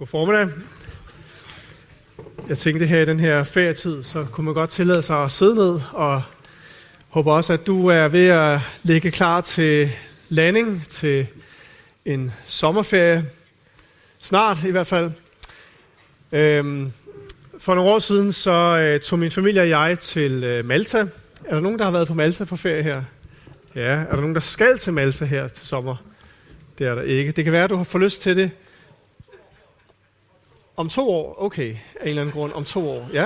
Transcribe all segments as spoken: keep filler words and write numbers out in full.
God formiddag. Jeg tænkte her i den her ferietid, så kunne man godt tillade sig at sidde ned, og håber også, at du er ved at ligge klar til landing, til en sommerferie. Snart i hvert fald. Øhm, for nogle år siden, så øh, tog min familie og jeg til øh, Malta. Er der nogen, der har været på Malta på ferie her? Ja. Er der nogen, der skal til Malta her til sommer? Det er der ikke. Det kan være, at du har fået lyst til det om to år. Okay, af en eller anden grund. Om to år, ja.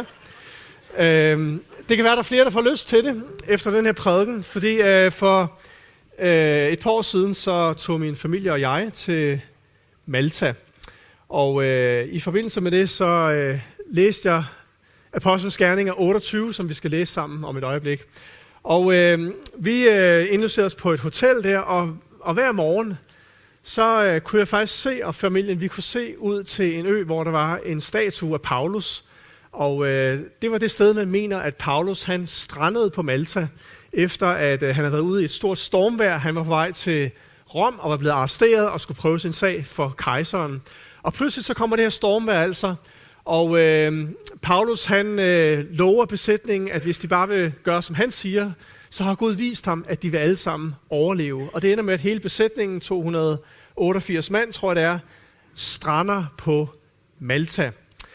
Øhm, det kan være, at der er flere, der får lyst til det efter den her prædiken. Fordi øh, for øh, et par år siden, så tog min familie og jeg til Malta. Og øh, i forbindelse med det, så øh, læste jeg Apostlenes Gerninger otteogtyve, som vi skal læse sammen om et øjeblik. Og øh, vi øh, indlogerede os på et hotel der, og, og hver morgen, så øh, kunne jeg faktisk se, og familien, vi kunne se ud til en ø, hvor der var en statue af Paulus. Og øh, det var det sted, man mener, at Paulus han strandede på Malta, efter at øh, han havde været ude i et stort stormvejr. Han var på vej til Rom og var blevet arresteret og skulle prøve sin sag for kejseren. Og pludselig så kommer det her stormvejr altså, og øh, Paulus han øh, lover besætningen, at hvis de bare vil gøre, som han siger, så har Gud vist ham, at de vil alle sammen overleve. Og det ender med, at hele besætningen, to hundrede og otteogfirs mand, tror jeg det er, strander på Malta.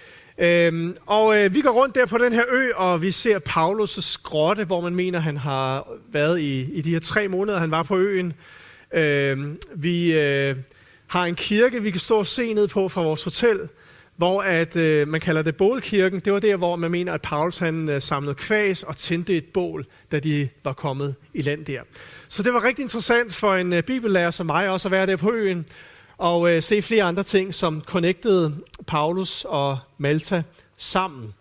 Øhm, og øh, vi går rundt der på den her ø, og vi ser Paulus' grotte, hvor man mener, han har været i, i de her tre måneder, han var på øen. Øhm, vi øh, har en kirke, vi kan stå og se ned på fra vores hotel, hvor at, øh, man kalder det bålkirken. Det var der, hvor man mener, at Paulus han øh, samlede kvas og tændte et bål, da de var kommet i land der. Så det var rigtig interessant for en øh, bibellærer som mig også at være der på øen, og øh, se flere andre ting, som connectede Paulus og Malta sammen.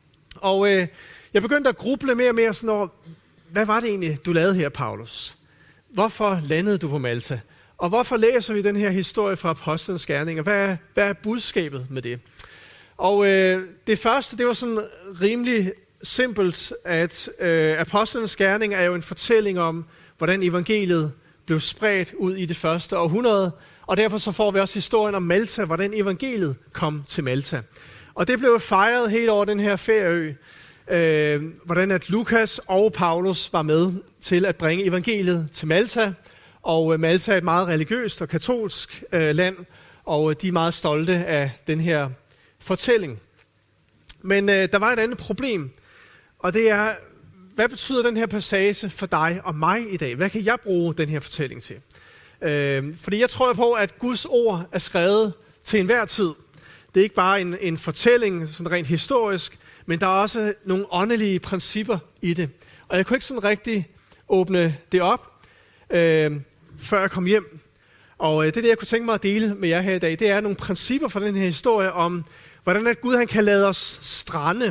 Og øh, jeg begyndte at gruble mere og mere sådan over, hvad var det egentlig, du lavede her, Paulus? Hvorfor landede du på Malta? Og hvorfor læser vi den her historie fra Apostlenes Gerninger? Hvad er, hvad er budskabet med det? Og øh, det første, det var sådan rimelig simpelt, at øh, Apostlenes Gerninger er jo en fortælling om, hvordan evangeliet blev spredt ud i det første århundrede. Og derfor så får vi også historien om Malta, hvordan evangeliet kom til Malta. Og det blev fejret helt over den her ferieø, øh, hvordan at Lukas og Paulus var med til at bringe evangeliet til Malta. Og Malta er et meget religiøst og katolsk øh, land, og de er meget stolte af den her fortælling. Men øh, der var et andet problem, og det er, hvad betyder den her passage for dig og mig i dag? Hvad kan jeg bruge den her fortælling til? Øh, fordi jeg tror på, at Guds ord er skrevet til enhver tid. Det er ikke bare en, en fortælling, sådan rent historisk, men der er også nogle åndelige principper i det. Og jeg kunne ikke sådan rigtig åbne det op, øh, før jeg kom hjem. Og øh, det, det jeg kunne tænke mig at dele med jer her i dag, det er nogle principper for den her historie om, hvordan at Gud han kan lade os strande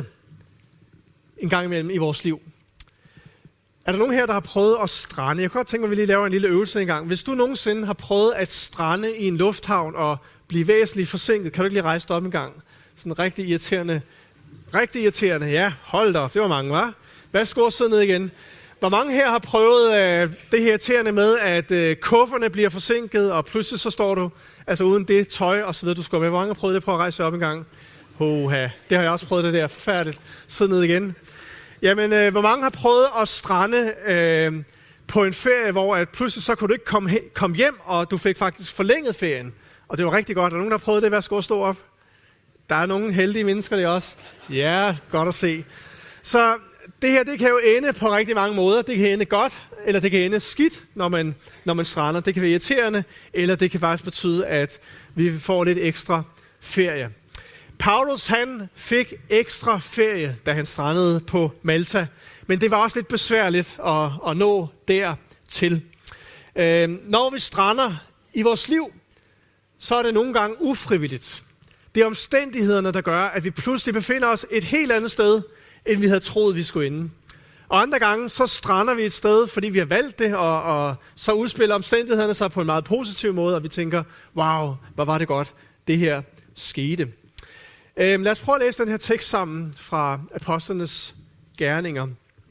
en gang imellem i vores liv. Er der nogen her, der har prøvet at strande? Jeg kunne godt tænke mig, at vi lige laver en lille øvelse en gang. Hvis du nogensinde har prøvet at strande i en lufthavn og blive væsentligt forsinket, kan du ikke lige rejse dig op en gang? Sådan rigtig irriterende. Rigtig irriterende. Ja, hold da op. Det var mange, hva'? Værsgo, sidde ned igen. Hvor mange her har prøvet øh, det her irriterende med, at øh, kufferne bliver forsinket, og pludselig så står du altså uden det tøj og så videre, du skal med. Hvor mange har prøvet det på at rejse op en gang? Hoha, det har jeg også prøvet, det der. Forfærdeligt. Sid ned igen. Jamen, øh, hvor mange har prøvet at strande øh, på en ferie, hvor at pludselig så kunne du ikke komme, he- komme hjem, og du fik faktisk forlænget ferien. Og det var rigtig godt. Er der nogen, der har prøvet det? Værsgo at stå op. Der er nogle heldige mennesker, det også. Ja, godt at se. Så det her, det kan jo ende på rigtig mange måder. Det kan ende godt, eller det kan ende skidt, når man, når man strander. Det kan være irriterende, eller det kan faktisk betyde, at vi får lidt ekstra ferie. Paulus, han fik ekstra ferie, da han strandede på Malta. Men det var også lidt besværligt at, at nå dertil. Øh, når vi strander i vores liv, så er det nogle gange ufrivilligt. Det er omstændighederne, der gør, at vi pludselig befinder os et helt andet sted, end vi havde troet, vi skulle ende. Og andre gange, så strander vi et sted, fordi vi har valgt det, og, og så udspiller omstændighederne sig på en meget positiv måde, og vi tænker, wow, hvor var det godt, det her skete. Øhm, lad os prøve at læse den her tekst sammen fra Apostlenes Gerninger.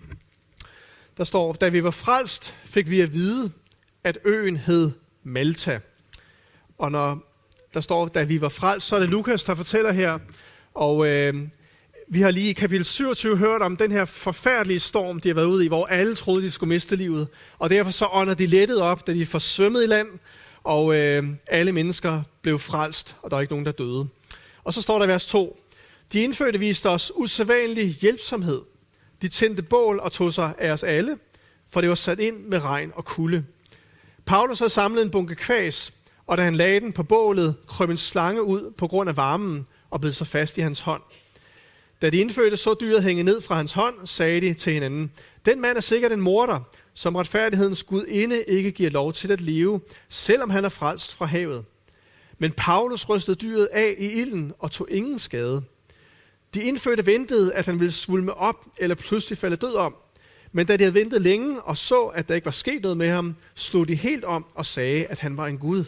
Der står, da vi var frelst, fik vi at vide, at øen hed Malta. Og når Der står, da vi var frelst, så er det Lukas, der fortæller her. Og øh, vi har lige i kapitel syvogtyve hørt om den her forfærdelige storm, de har været ude i, hvor alle troede, de skulle miste livet. Og derfor så ånder de lettet op, da de får svømmet i land, og øh, alle mennesker blev frelst, og der er ikke nogen, der døde. Og så står der i vers to. De indfødte viste os usædvanlig hjælpsomhed. De tændte bål og tog sig af os alle, for det var sat ind med regn og kulde. Paulus havde samlet en bunke kvæs, og da han lagde den på bålet, krøb en slange ud på grund af varmen og blev så fast i hans hånd. Da de indfødte så dyret hænge ned fra hans hånd, sagde de til hinanden, den mand er sikkert en morder, som retfærdighedens gudinde ikke giver lov til at leve, selvom han er frelst fra havet. Men Paulus rystede dyret af i ilden og tog ingen skade. De indfødte ventede, at han ville svulme op eller pludselig falde død om. Men da de havde ventet længe og så, at der ikke var sket noget med ham, slog de helt om og sagde, at han var en gud.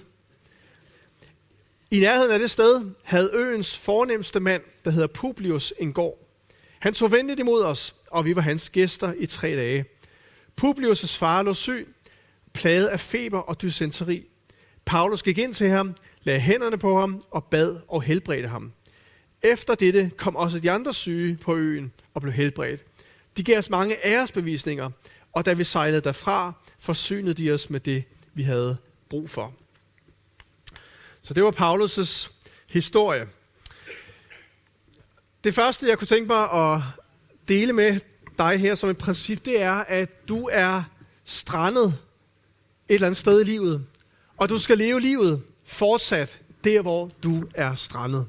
I nærheden af det sted havde øens fornemste mand, der hedder Publius, en gård. Han tog venligt imod os, og vi var hans gæster i tre dage. Publius' far lå syg, plaget af feber og dysenteri. Paulus gik ind til ham, lagde hænderne på ham og bad og helbredte ham. Efter dette kom også de andre syge på øen og blev helbredt. De gav os mange æresbevisninger, og da vi sejlede derfra, forsynede de os med det, vi havde brug for. Så det var Paulus' historie. Det første, jeg kunne tænke mig at dele med dig her som et princip, det er, at du er strandet et eller andet sted i livet, og du skal leve livet fortsat der, hvor du er strandet.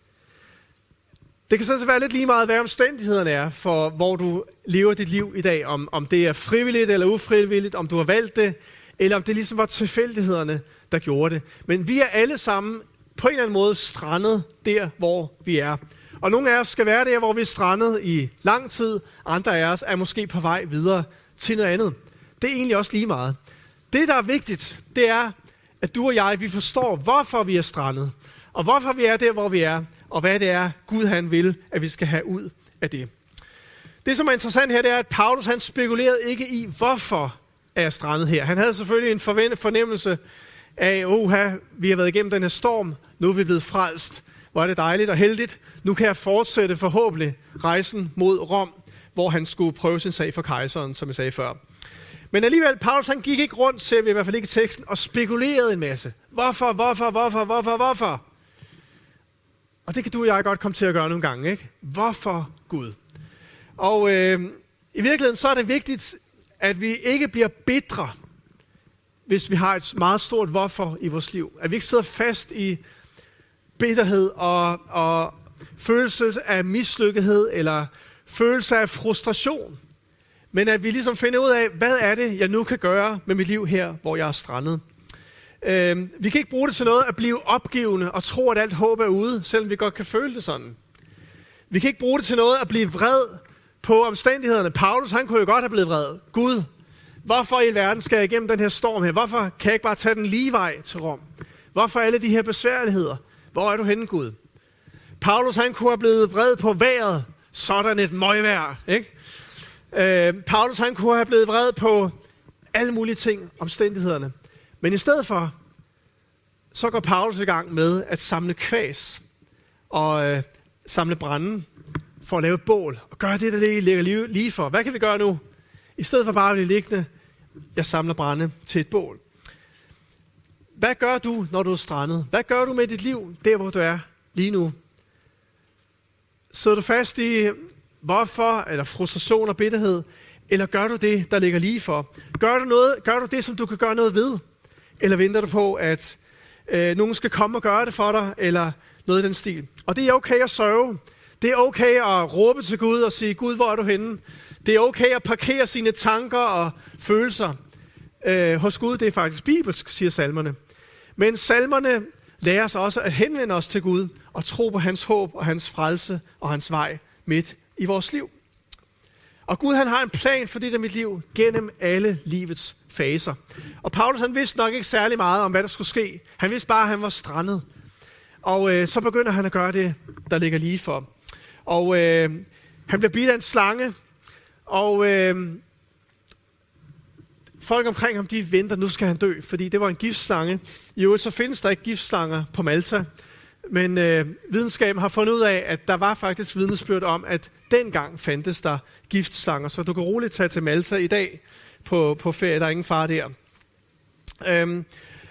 Det kan sådan set være lidt lige meget, hvad omstændighederne er, for hvor du lever dit liv i dag. Om, om det er frivilligt eller ufrivilligt, om du har valgt det, eller om det ligesom var tilfældighederne, der gjorde det. Men vi er alle sammen på en eller anden måde strandet der, hvor vi er. Og nogle af os skal være der, hvor vi er strandet i lang tid. Andre af os er måske på vej videre til noget andet. Det er egentlig også lige meget. Det, der er vigtigt, det er, at du og jeg, vi forstår, hvorfor vi er strandet. Og hvorfor vi er der, hvor vi er. Og hvad det er, Gud han vil, at vi skal have ud af det. Det, som er interessant her, det er, at Paulus han spekulerede ikke i, hvorfor er jeg strandet her. Han havde selvfølgelig en fornemmelse af, oha, vi har været igennem den her storm, nu er vi blevet frelst. Hvor er det dejligt og heldigt. Nu kan jeg fortsætte forhåbentlig rejsen mod Rom, hvor han skulle prøve sin sag for kejseren, som jeg sagde før. Men alligevel, Paulus han gik ikke rundt, ser vi i hvert fald ikke i teksten, og spekulerede en masse. Hvorfor, hvorfor, hvorfor, hvorfor, hvorfor? Og det kan du og jeg godt komme til at gøre nogle gange, ikke? Hvorfor Gud? Og øh, i virkeligheden så er det vigtigt, at vi ikke bliver bitre, hvis vi har et meget stort hvorfor i vores liv. At vi ikke sidder fast i bitterhed og, og følelse af mislykkethed eller følelse af frustration. Men at vi ligesom finder ud af, hvad er det, jeg nu kan gøre med mit liv her, hvor jeg er strandet. Øh, vi kan ikke bruge det til noget at blive opgivende og tro, at alt håb er ude, selvom vi godt kan føle det sådan. Vi kan ikke bruge det til noget at blive vred på omstændighederne. Paulus, han kunne jo godt have blevet vred. Gud, hvorfor i verden skal jeg igennem den her storm her? Hvorfor kan jeg ikke bare tage den lige vej til Rom? Hvorfor alle de her besværligheder? Hvor er du henne, Gud? Paulus, han kunne have blevet vred på vejret. Sådan et møgvejr, ikke? Øh, Paulus, han kunne have blevet vred på alle mulige ting, omstændighederne. Men i stedet for, så går Paulus i gang med at samle kvæs og øh, samle brænde for at lave et bål. Og gøre det, der ligger lige, lige for. Hvad kan vi gøre nu? I stedet for bare at blive liggende, jeg samler brænde til et bål. Hvad gør du, når du er strandet? Hvad gør du med dit liv, der hvor du er lige nu? Sidder du fast i hvorfor, eller frustration og bitterhed? Eller gør du det, der ligger lige for? Gør du, noget, gør du det, som du kan gøre noget ved? Eller venter du på, at øh, nogen skal komme og gøre det for dig? Eller noget i den stil. Og det er okay at sørge. Det er okay at råbe til Gud og sige, Gud, hvor er du henne? Det er okay at parkere sine tanker og følelser øh, hos Gud. Det er faktisk bibelsk, siger salmerne. Men salmerne lærer os også at henvende os til Gud og tro på hans håb og hans frelse og hans vej midt i vores liv. Og Gud han har en plan for dit og mit liv gennem alle livets faser. Og Paulus han vidste nok ikke særlig meget om, hvad der skulle ske. Han vidste bare, at han var strandet. Og øh, så begynder han at gøre det, der ligger lige for. Og øh, han bliver bidt af en slange. Og øh, folk omkring ham, de venter, nu skal han dø, fordi det var en giftslange. I øvrigt så findes der ikke giftslanger på Malta, men øh, videnskaben har fundet ud af, at der var faktisk vidnesbyrd om, at dengang fandtes der giftslanger, så du kan roligt tage til Malta i dag på, på ferie, der er ingen fare der. Øhm,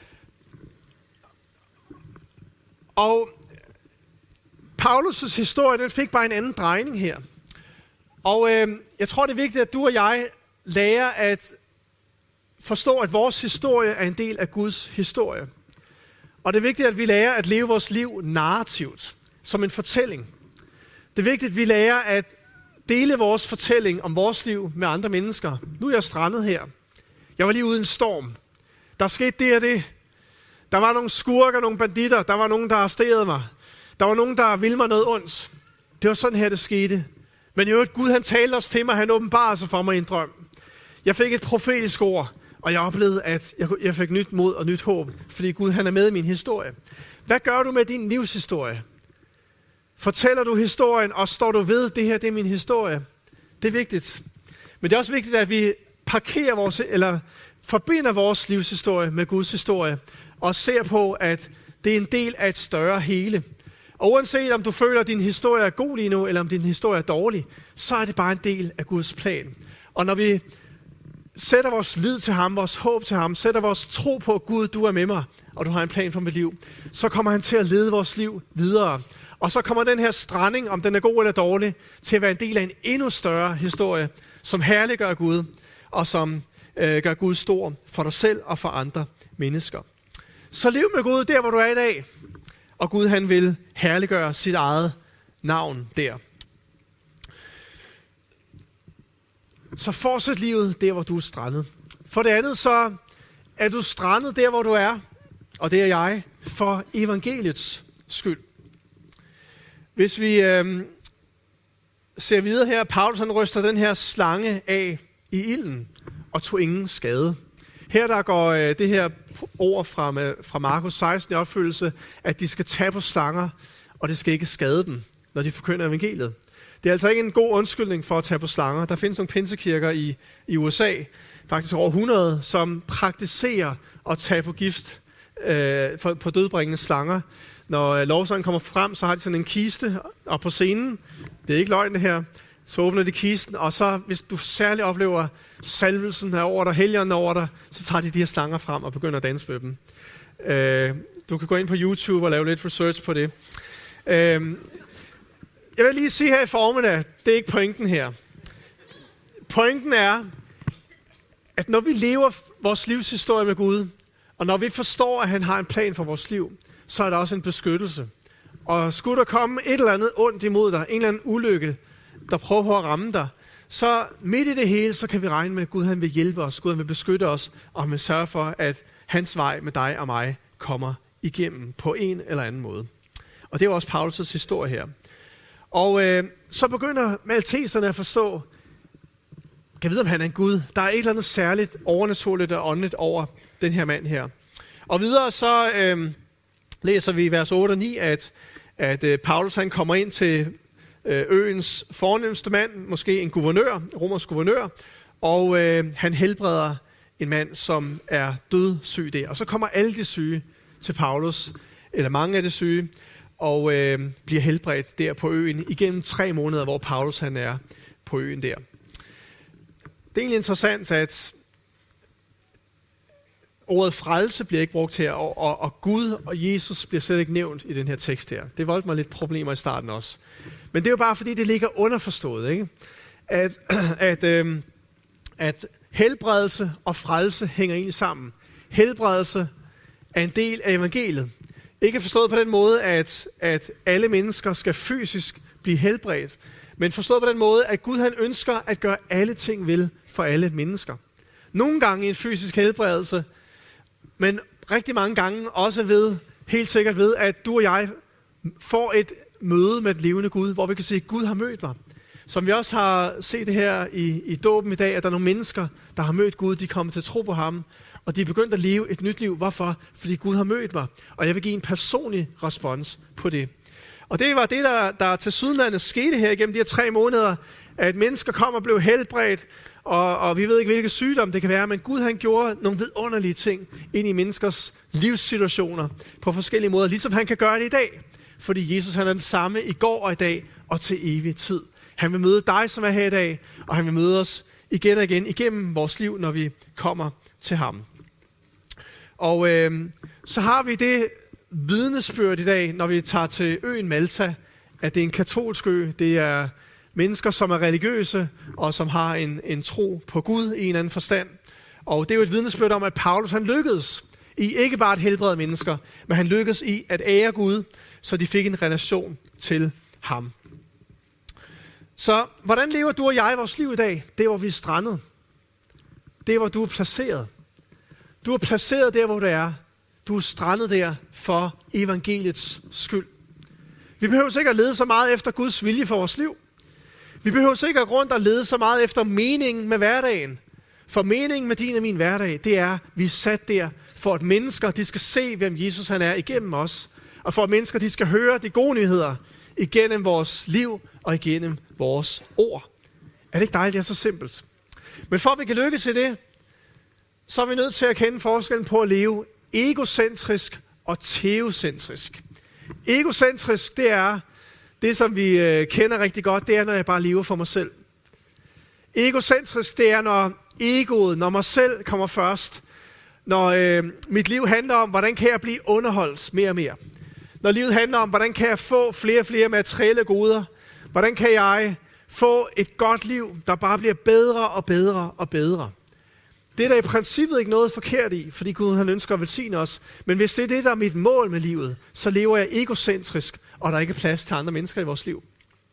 og Paulus' historie, den fik bare en anden drejning her. Og øh, jeg tror, det er vigtigt, at du og jeg lærer at forstå, at vores historie er en del af Guds historie. Og det er vigtigt, at vi lærer at leve vores liv narrativt, som en fortælling. Det er vigtigt, at vi lærer at dele vores fortælling om vores liv med andre mennesker. Nu er jeg strandet her. Jeg var lige ude i en storm. Der skete det og det. Der var nogle skurker, nogle banditter. Der var nogen, der arresterede mig. Der var nogen, der ville mig noget ondt. Det var sådan her, det skete. Men i øvrigt, Gud han talte os til mig. Han åbenbarede sig for mig i en drøm. Jeg fik et profetisk ord. Og jeg oplevede, at jeg fik nyt mod og nyt håb. Fordi Gud han er med i min historie. Hvad gør du med din livshistorie? Fortæller du historien, og står du ved, det her det er min historie? Det er vigtigt. Men det er også vigtigt, at vi parkerer vores, eller forbinder vores livshistorie med Guds historie. Og ser på, at det er en del af et større hele. Og uanset om du føler, at din historie er god lige nu, eller om din historie er dårlig, så er det bare en del af Guds plan. Og når vi sætter vores lid til ham, vores håb til ham, sætter vores tro på, at Gud, du er med mig, og du har en plan for mit liv, så kommer han til at lede vores liv videre. Og så kommer den her stranding, om den er god eller dårlig, til at være en del af en endnu større historie, som herliggør Gud, og som øh, gør Gud stor for dig selv og for andre mennesker. Så lev med Gud der, hvor du er i dag, og Gud han vil herliggøre sit eget navn der. Så fortsæt livet der, hvor du er strandet. For det andet, så er du strandet der, hvor du er, og det er jeg, for evangeliets skyld. Hvis vi øh, ser videre her, Paulus han ryster den her slange af i ilden, og tog ingen skade. Her der går øh, det her ord fra, fra Markus seksten i opfyldelse, at de skal tage på slanger, og det skal ikke skade dem, når de forkynder evangeliet. Det er altså ikke en god undskyldning for at tage på slanger. Der findes nogle pinsekirker i, i U S A, faktisk over hundrede, som praktiserer at tage på gift øh, for, på dødbringende slanger. Når øh, lovsangen kommer frem, så har de sådan en kiste, og på scenen, det er ikke løgn det her, så åbner de kisten, og så hvis du særligt oplever salvelsen er over dig, helligånden over dig, så tager de de her slanger frem og begynder at danse med dem. Øh, du kan gå ind på YouTube og lave lidt research på det. Øh, Jeg vil lige sige her i formiddag, det er ikke pointen her. Pointen er, at når vi lever vores livshistorie med Gud, og når vi forstår, at han har en plan for vores liv, så er der også en beskyttelse. Og skulle der komme et eller andet ondt imod dig, en eller anden ulykke, der prøver på at ramme dig, så midt i det hele, så kan vi regne med, at Gud han vil hjælpe os, Gud han vil beskytte os, og han vil sørge for, at hans vej med dig og mig kommer igennem på en eller anden måde. Og det er også Paulus' historie her. Og øh, så begynder malteserne at forstå, kan jeg vide, om han er en Gud. Der er et eller andet særligt overnaturligt og åndeligt over den her mand her. Og videre så øh, læser vi i vers otte og ni, at, at øh, Paulus han kommer ind til øh, øens fornemmeste mand, måske en guvernør, romersk guvernør, og øh, han helbreder en mand, som er dødssyg der. Og så kommer alle de syge til Paulus, eller mange af de syge, og øh, bliver helbredt der på øen igennem tre måneder, hvor Paulus han er på øen der. Det er egentlig interessant, at ordet frelse bliver ikke brugt her, og, og, og Gud og Jesus bliver slet ikke nævnt i den her tekst her. Det voldte mig lidt problemer i starten også. Men det er jo bare fordi, det ligger underforstået, ikke? At, at, øh, at helbredelse og frelse hænger egentlig sammen. Helbredelse er en del af evangeliet. Ikke forstået på den måde, at, at alle mennesker skal fysisk blive helbredt, men forstået på den måde, at Gud han ønsker at gøre alle ting vel for alle mennesker. Nogle gange i en fysisk helbredelse, men rigtig mange gange også ved, helt sikkert ved, at du og jeg får et møde med et levende Gud, hvor vi kan se, at Gud har mødt mig. Som vi også har set det her i, i dåben i dag, at der er nogle mennesker, der har mødt Gud, de kommer til at tro på ham, og de er begyndt at leve et nyt liv. Hvorfor? Fordi Gud har mødt mig, og jeg vil give en personlig respons på det. Og det var det, der, der til sydenlandet skete her igennem de her tre måneder, at mennesker kom og blev helbredt, og, og vi ved ikke, hvilke sygdomme det kan være, men Gud han gjorde nogle vidunderlige ting ind i menneskers livssituationer på forskellige måder, ligesom han kan gøre det i dag. Fordi Jesus han er den samme i går og i dag og til evig tid. Han vil møde dig, som er her i dag, og han vil møde os igen og igen igennem vores liv, når vi kommer til ham. Og øh, så har vi det vidnesbyrd i dag, når vi tager til øen Malta, at det er en katolsk ø. Det er mennesker, som er religiøse, og som har en, en tro på Gud i en anden forstand. Og det er jo et vidnesbyrd om, at Paulus han lykkedes i ikke bare at helbrede mennesker, men han lykkedes i at ære Gud, så de fik en relation til ham. Så hvordan lever du og jeg vores liv i dag? Det er, hvor vi er strandet. Det er, hvor du er placeret. Du er placeret der, hvor du er. Du er strandet der for evangeliets skyld. Vi behøver ikke at lede så meget efter Guds vilje for vores liv. Vi behøver ikke at gå rundt og lede så meget efter meningen med hverdagen. For meningen med din og min hverdag, det er, at vi er sat der for, at mennesker de skal se, hvem Jesus han er igennem os. Og for at mennesker de skal høre de gode nyheder igennem vores liv og igennem vores ord. Er det ikke dejligt, det er så simpelt? Men for at vi kan lykkes i det, så er vi nødt til at kende forskellen på at leve egocentrisk og teocentrisk. Egocentrisk, det er det, som vi øh, kender rigtig godt, det er, når jeg bare lever for mig selv. Egocentrisk, det er, når egoet, når mig selv kommer først. Når øh, mit liv handler om, hvordan kan jeg blive underholdt mere og mere. Når livet handler om, hvordan kan jeg få flere og flere materielle goder. Hvordan kan jeg få et godt liv, der bare bliver bedre og bedre og bedre. Det er der i princippet ikke noget forkert i, fordi Gud han ønsker at velsigne os. Men hvis det er det, der er mit mål med livet, så lever jeg egocentrisk, og der er ikke plads til andre mennesker i vores liv.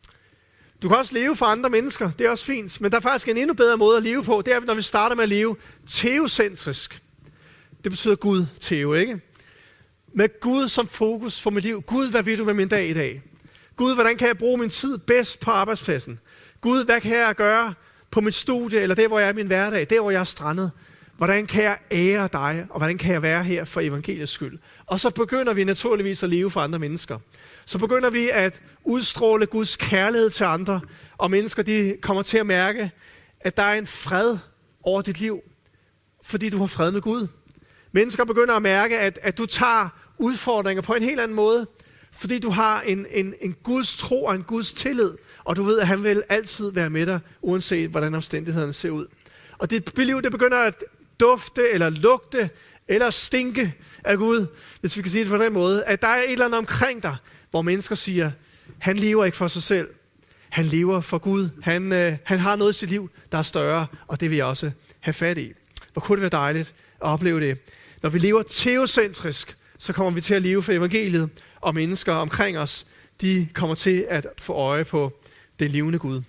Du kan også leve for andre mennesker, det er også fint, men der er faktisk en endnu bedre måde at leve på, det er, når vi starter med at leve teocentrisk. Det betyder Gud, teo, ikke? Med Gud som fokus for mit liv. Gud, hvad vil du med min dag i dag? Gud, hvordan kan jeg bruge min tid bedst på arbejdspladsen? Gud, hvad kan jeg gøre på mit studie, eller der, hvor jeg er i min hverdag, der, hvor jeg er strandet? Hvordan kan jeg ære dig, og hvordan kan jeg være her for evangeliets skyld? Og så begynder vi naturligvis at leve for andre mennesker. Så begynder vi at udstråle Guds kærlighed til andre, og mennesker de kommer til at mærke, at der er en fred over dit liv, fordi du har fred med Gud. Mennesker begynder at mærke, at, at du tager udfordringer på en helt anden måde, fordi du har en, en, en Guds tro og en Guds tillid, og du ved, at han vil altid være med dig, uanset hvordan omstændighederne ser ud. Og dit liv, det begynder at dufte, eller lugte, eller stinke af Gud, hvis vi kan sige det på den måde, at der er et eller andet omkring dig, hvor mennesker siger, han lever ikke for sig selv, han lever for Gud, han, øh, han har noget i sit liv, der er større, og det vil jeg også have fat i. Hvor kunne det være dejligt at opleve det. Når vi lever teocentrisk, så kommer vi til at leve for evangeliet, og mennesker omkring os, de kommer til at få øje på den levende Gud.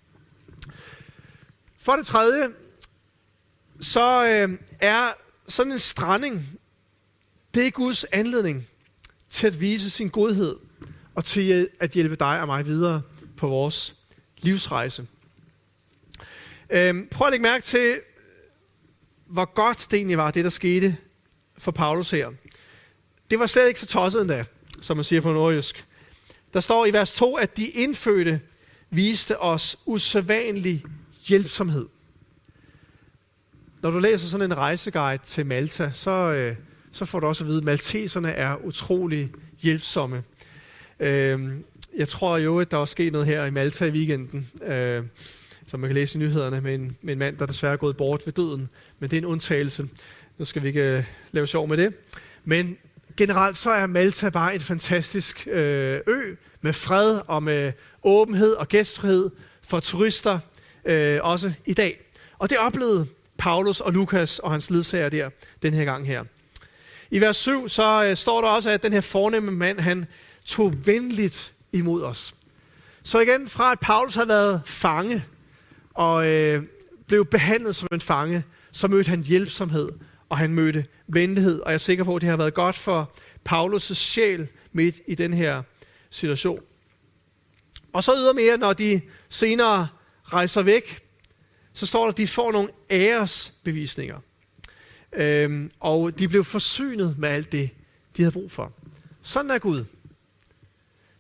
For det tredje, så øh, er sådan en stranding, det er Guds anledning til at vise sin godhed, og til at hjælpe dig og mig videre på vores livsrejse. Øh, prøv at lægge mærke til, hvor godt det egentlig var, det der skete for Paulus her. Det var slet ikke så tosset endda, som man siger på nordjysk. Der står i vers to, at de indfødte viste os usædvanlig hjælpsomhed. Når du læser sådan en rejseguide til Malta, så, øh, så får du også at vide, at malteserne er utrolig hjælpsomme. Øh, jeg tror jo, at der er sket noget her i Malta i weekenden, øh, som man kan læse i nyhederne, med en, med en mand, der desværre er gået bort ved døden. Men det er en undtagelse. Nu skal vi ikke øh, lave sjov med det. Men generelt så er Malta bare en fantastisk øh, ø, med fred og med åbenhed og gæstfrihed for turister, øh, også i dag. Og det oplevede Paulus og Lukas og hans ledsager der, den her gang her. I vers syv, så øh, står der også, at den her fornemme mand, han tog venligt imod os. Så igen, fra at Paulus havde været fange, og øh, blev behandlet som en fange, så mødte han hjælpsomhed, og han mødte venlighed. Og jeg er sikker på, at det har været godt for Paulus' sjæl midt i den her situation. Og så ydermere, når de senere rejser væk, så står der, at de får nogle æresbevisninger. Øhm, og de blev forsynet med alt det, de havde brug for. Sådan er Gud.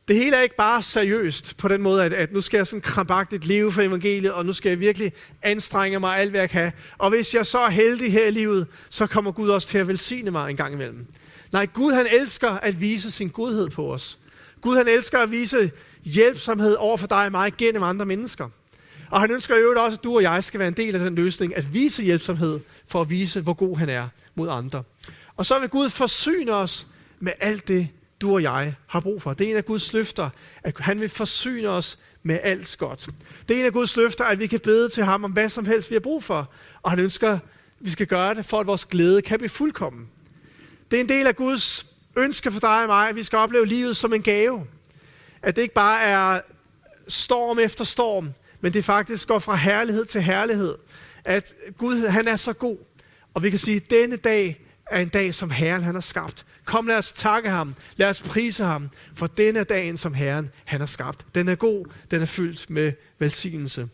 Det hele er ikke bare seriøst på den måde, at, at nu skal jeg sådan krampagtigt leve for evangeliet, og nu skal jeg virkelig anstrenge mig alt, hvad jeg kan. Og hvis jeg så er heldig her i livet, så kommer Gud også til at velsigne mig en gang imellem. Nej, Gud han elsker at vise sin godhed på os. Gud han elsker at vise hjælpsomhed over for dig og mig gennem andre mennesker. Og han ønsker jo også, at du og jeg skal være en del af den løsning, at vise hjælpsomhed for at vise, hvor god han er mod andre. Og så vil Gud forsyne os med alt det, du og jeg har brug for. Det er en af Guds løfter, at han vil forsyne os med alt godt. Det er en af Guds løfter, at vi kan bede til ham om hvad som helst, vi har brug for. Og han ønsker, at vi skal gøre det, for at vores glæde kan blive fuldkommen. Det er en del af Guds ønske for dig og mig, at vi skal opleve livet som en gave. At det ikke bare er storm efter storm, men det faktisk går fra herlighed til herlighed. At Gud, han er så god. Og vi kan sige, at denne dag er en dag, som Herren han har skabt. Kom, lad os takke ham. Lad os prise ham. For denne er dagen, som Herren han har skabt. Den er god. Den er fyldt med velsignelse.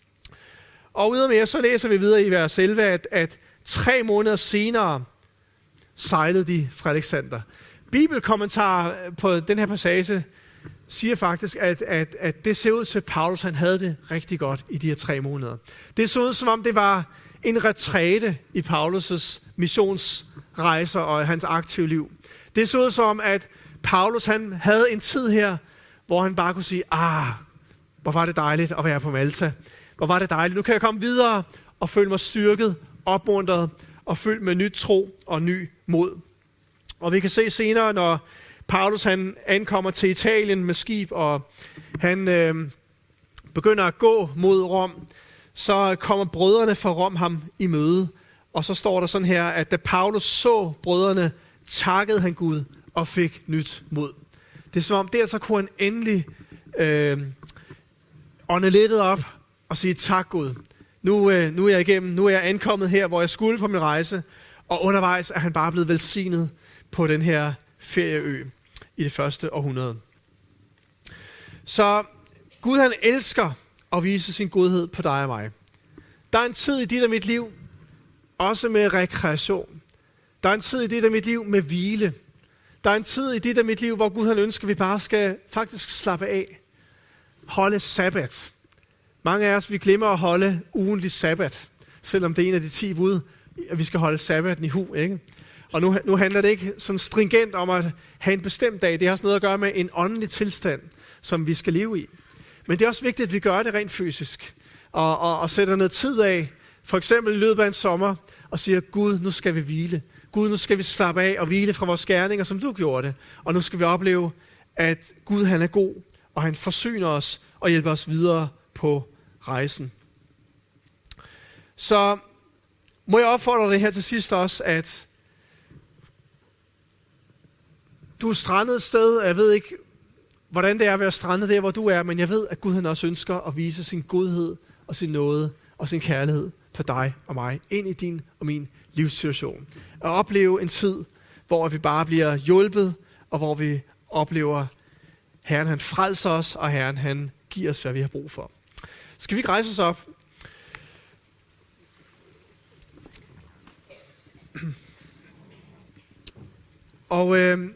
Og ydermere, så læser vi videre i vers elleve, at, at tre måneder senere sejlede de fra Alexander. Bibelkommentar på den her passage siger faktisk, at, at, at det ser ud til, at Paulus han havde det rigtig godt i de her tre måneder. Det så ud, som om det var en retræte i Paulus' missionsrejser og hans aktive liv. Det så ud som, at Paulus han havde en tid her, hvor han bare kunne sige, ah, hvor var det dejligt at være på Malta. Hvor var det dejligt. Nu kan jeg komme videre og føle mig styrket, opmuntret og fyldt med nyt tro og ny mod. Og vi kan se senere, når Paulus han ankommer til Italien med skib, og han øh, begynder at gå mod Rom, så kommer brødrene fra Rom ham i møde. Og så står der sådan her, at da Paulus så brødrene, takkede han Gud og fik nyt mod. Det er som om, der så kunne han endelig øh, ånde lettet op og sige, tak Gud. Nu, øh, nu er jeg igennem, nu er jeg ankommet her, hvor jeg skulle på min rejse. Og undervejs er han bare blevet velsignet på den her ferieø i det første århundrede. Så Gud han elsker at vise sin godhed på dig og mig. Der er en tid i dit og mit liv, også med rekreation. Der er en tid i dit og mit liv med hvile. Der er en tid i dit og mit liv, hvor Gud han ønsker, at vi bare skal faktisk slappe af. Holde sabbat. Mange af os, vi glemmer at holde ugentlig sabbat, selvom det er en af de ti bud, at vi skal holde sabbaten i hu, ikke? Og nu, nu handler det ikke sådan stringent om at have en bestemt dag. Det har også noget at gøre med en åndelig tilstand, som vi skal leve i. Men det er også vigtigt, at vi gør det rent fysisk. Og, og, og sætter noget tid af, for eksempel i løbet af en sommer, og siger, Gud, nu skal vi hvile. Gud, nu skal vi slappe af og hvile fra vores gerninger, som du gjorde det. Og nu skal vi opleve, at Gud han er god, og han forsyner os og hjælper os videre på rejsen. Så må jeg opfordre dig her til sidst også, at du er strandet et sted, jeg ved ikke, hvordan det er at være strandet der, hvor du er, men jeg ved, at Gud han også ønsker at vise sin godhed og sin nåde og sin kærlighed på dig og mig, ind i din og min livssituation. At opleve en tid, hvor vi bare bliver hjulpet, og hvor vi oplever, Herren han frelser os, og Herren han giver os, hvad vi har brug for. Skal vi ikke rejse os op? Og øh,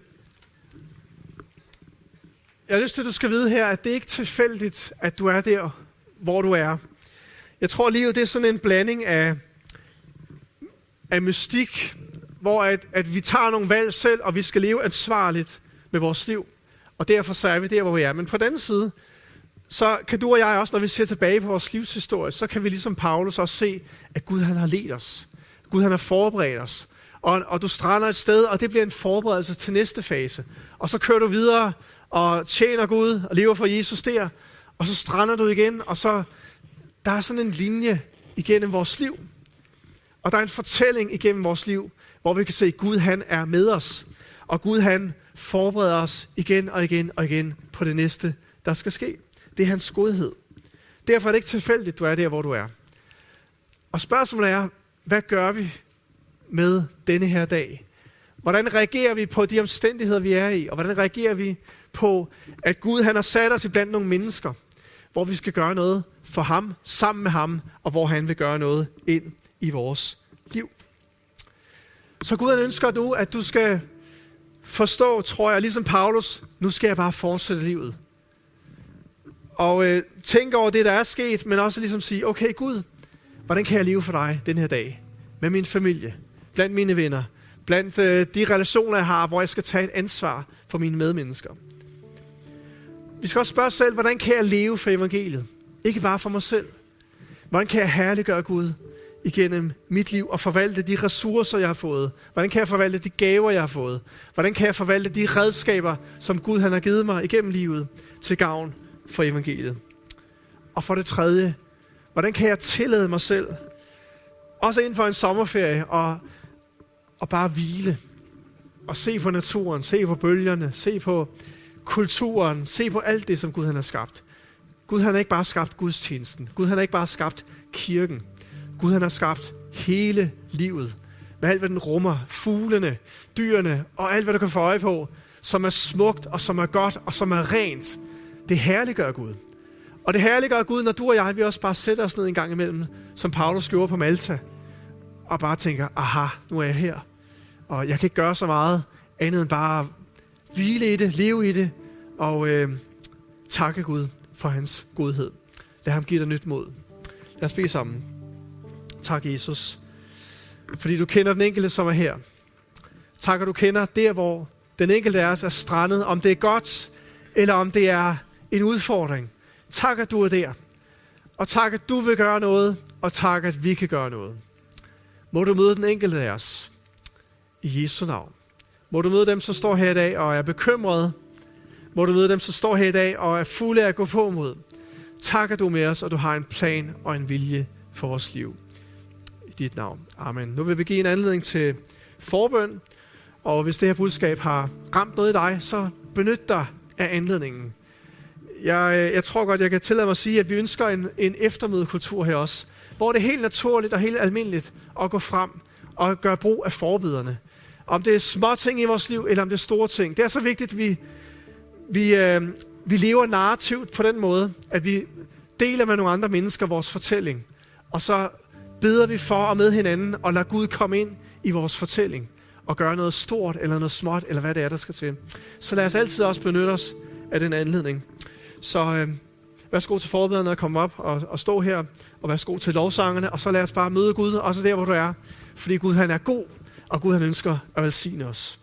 jeg har lyst til, at du skal vide her, at det ikke er tilfældigt, at du er der, hvor du er. Jeg tror, at livet det er sådan en blanding af, af mystik, hvor at, at vi tager nogle valg selv, og vi skal leve ansvarligt med vores liv. Og derfor så er vi der, hvor vi er. Men på den anden side, så kan du og jeg også, når vi ser tilbage på vores livshistorie, så kan vi ligesom Paulus også se, at Gud han har ledt os. Gud han har forberedt os. Og, og du strander et sted, og det bliver en forberedelse til næste fase. Og så kører du videre og tjener Gud og lever for Jesus der. Og så strander du igen, og så der er sådan en linje igennem vores liv. Og der er en fortælling igennem vores liv, hvor vi kan se, at Gud han er med os. Og Gud han forbereder os igen og igen og igen på det næste, der skal ske. Det er hans godhed. Derfor er det ikke tilfældigt, du er der, hvor du er. Og spørgsmålet er, hvad gør vi med denne her dag? Hvordan reagerer vi på de omstændigheder, vi er i? Og hvordan reagerer vi på, at Gud han har sat os iblandt nogle mennesker, hvor vi skal gøre noget for ham, sammen med ham, og hvor han vil gøre noget ind i vores liv. Så Gud han ønsker du, at du skal forstå, tror jeg, ligesom Paulus, nu skal jeg bare fortsætte livet. Og øh, tænke over det, der er sket, men også ligesom sige, okay Gud, hvordan kan jeg leve for dig den her dag? Med min familie, blandt mine venner, blandt øh, de relationer, jeg har, hvor jeg skal tage et ansvar for mine medmennesker. Vi skal også spørge os selv, hvordan kan jeg leve for evangeliet? Ikke bare for mig selv. Hvordan kan jeg herliggøre Gud igennem mit liv og forvalte de ressourcer, jeg har fået? Hvordan kan jeg forvalte de gaver, jeg har fået? Hvordan kan jeg forvalte de redskaber, som Gud han har givet mig igennem livet til gavn for evangeliet? Og for det tredje, hvordan kan jeg tillade mig selv, også inden for en sommerferie, og, og bare hvile og se på naturen, se på bølgerne, se på kulturen, se på alt det, som Gud han har skabt. Gud han har ikke bare skabt gudstjenesten. Gud han har ikke bare skabt kirken. Gud han har skabt hele livet. Med alt, hvad den rummer. Fuglene, dyrene og alt, hvad du kan få øje på, som er smukt og som er godt og som er rent. Det herliggør Gud. Og det herliggør Gud, når du og jeg, vi også bare sætter os ned en gang imellem, som Paulus gjorde på Malta, og bare tænker, aha, nu er jeg her. Og jeg kan ikke gøre så meget andet end bare hvile i det, leve i det, og øh, takke Gud for hans godhed. Lad ham give dig nyt mod. Lad os bede sammen. Tak, Jesus, fordi du kender den enkelte, som er her. Tak, at du kender der, hvor den enkelte af os er strandet, om det er godt, eller om det er en udfordring. Tak, at du er der. Og tak, at du vil gøre noget, og tak, at vi kan gøre noget. Må du møde den enkelte af os. I Jesu navn. Må du møde dem, som står her i dag og er bekymrede. Må du møde dem, som står her i dag og er fulde af at gå på mod. Tak, at du er med os, og du har en plan og en vilje for vores liv. I dit navn. Amen. Nu vil vi give en anledning til forbøn. Og hvis det her budskab har ramt noget i dig, så benyt dig af anledningen. Jeg, jeg tror godt, jeg kan tillade mig at sige, at vi ønsker en, en eftermødekultur her også, hvor det er helt naturligt og helt almindeligt at gå frem og gøre brug af forbederne. Om det er små ting i vores liv, eller om det er store ting. Det er så vigtigt, at vi, vi, øh, vi lever narrativt på den måde, at vi deler med nogle andre mennesker vores fortælling. Og så beder vi for og med hinanden, og lader Gud komme ind i vores fortælling, og gøre noget stort, eller noget småt, eller hvad det er, der skal til. Så lad os altid også benytte os af den anledning. Så øh, værsgo til forbederne at komme op og, og stå her, og værsgo til lovsangerne, og så lad os bare møde Gud, også der, hvor du er. Fordi Gud han er god, og Gud han ønsker at velsigne os.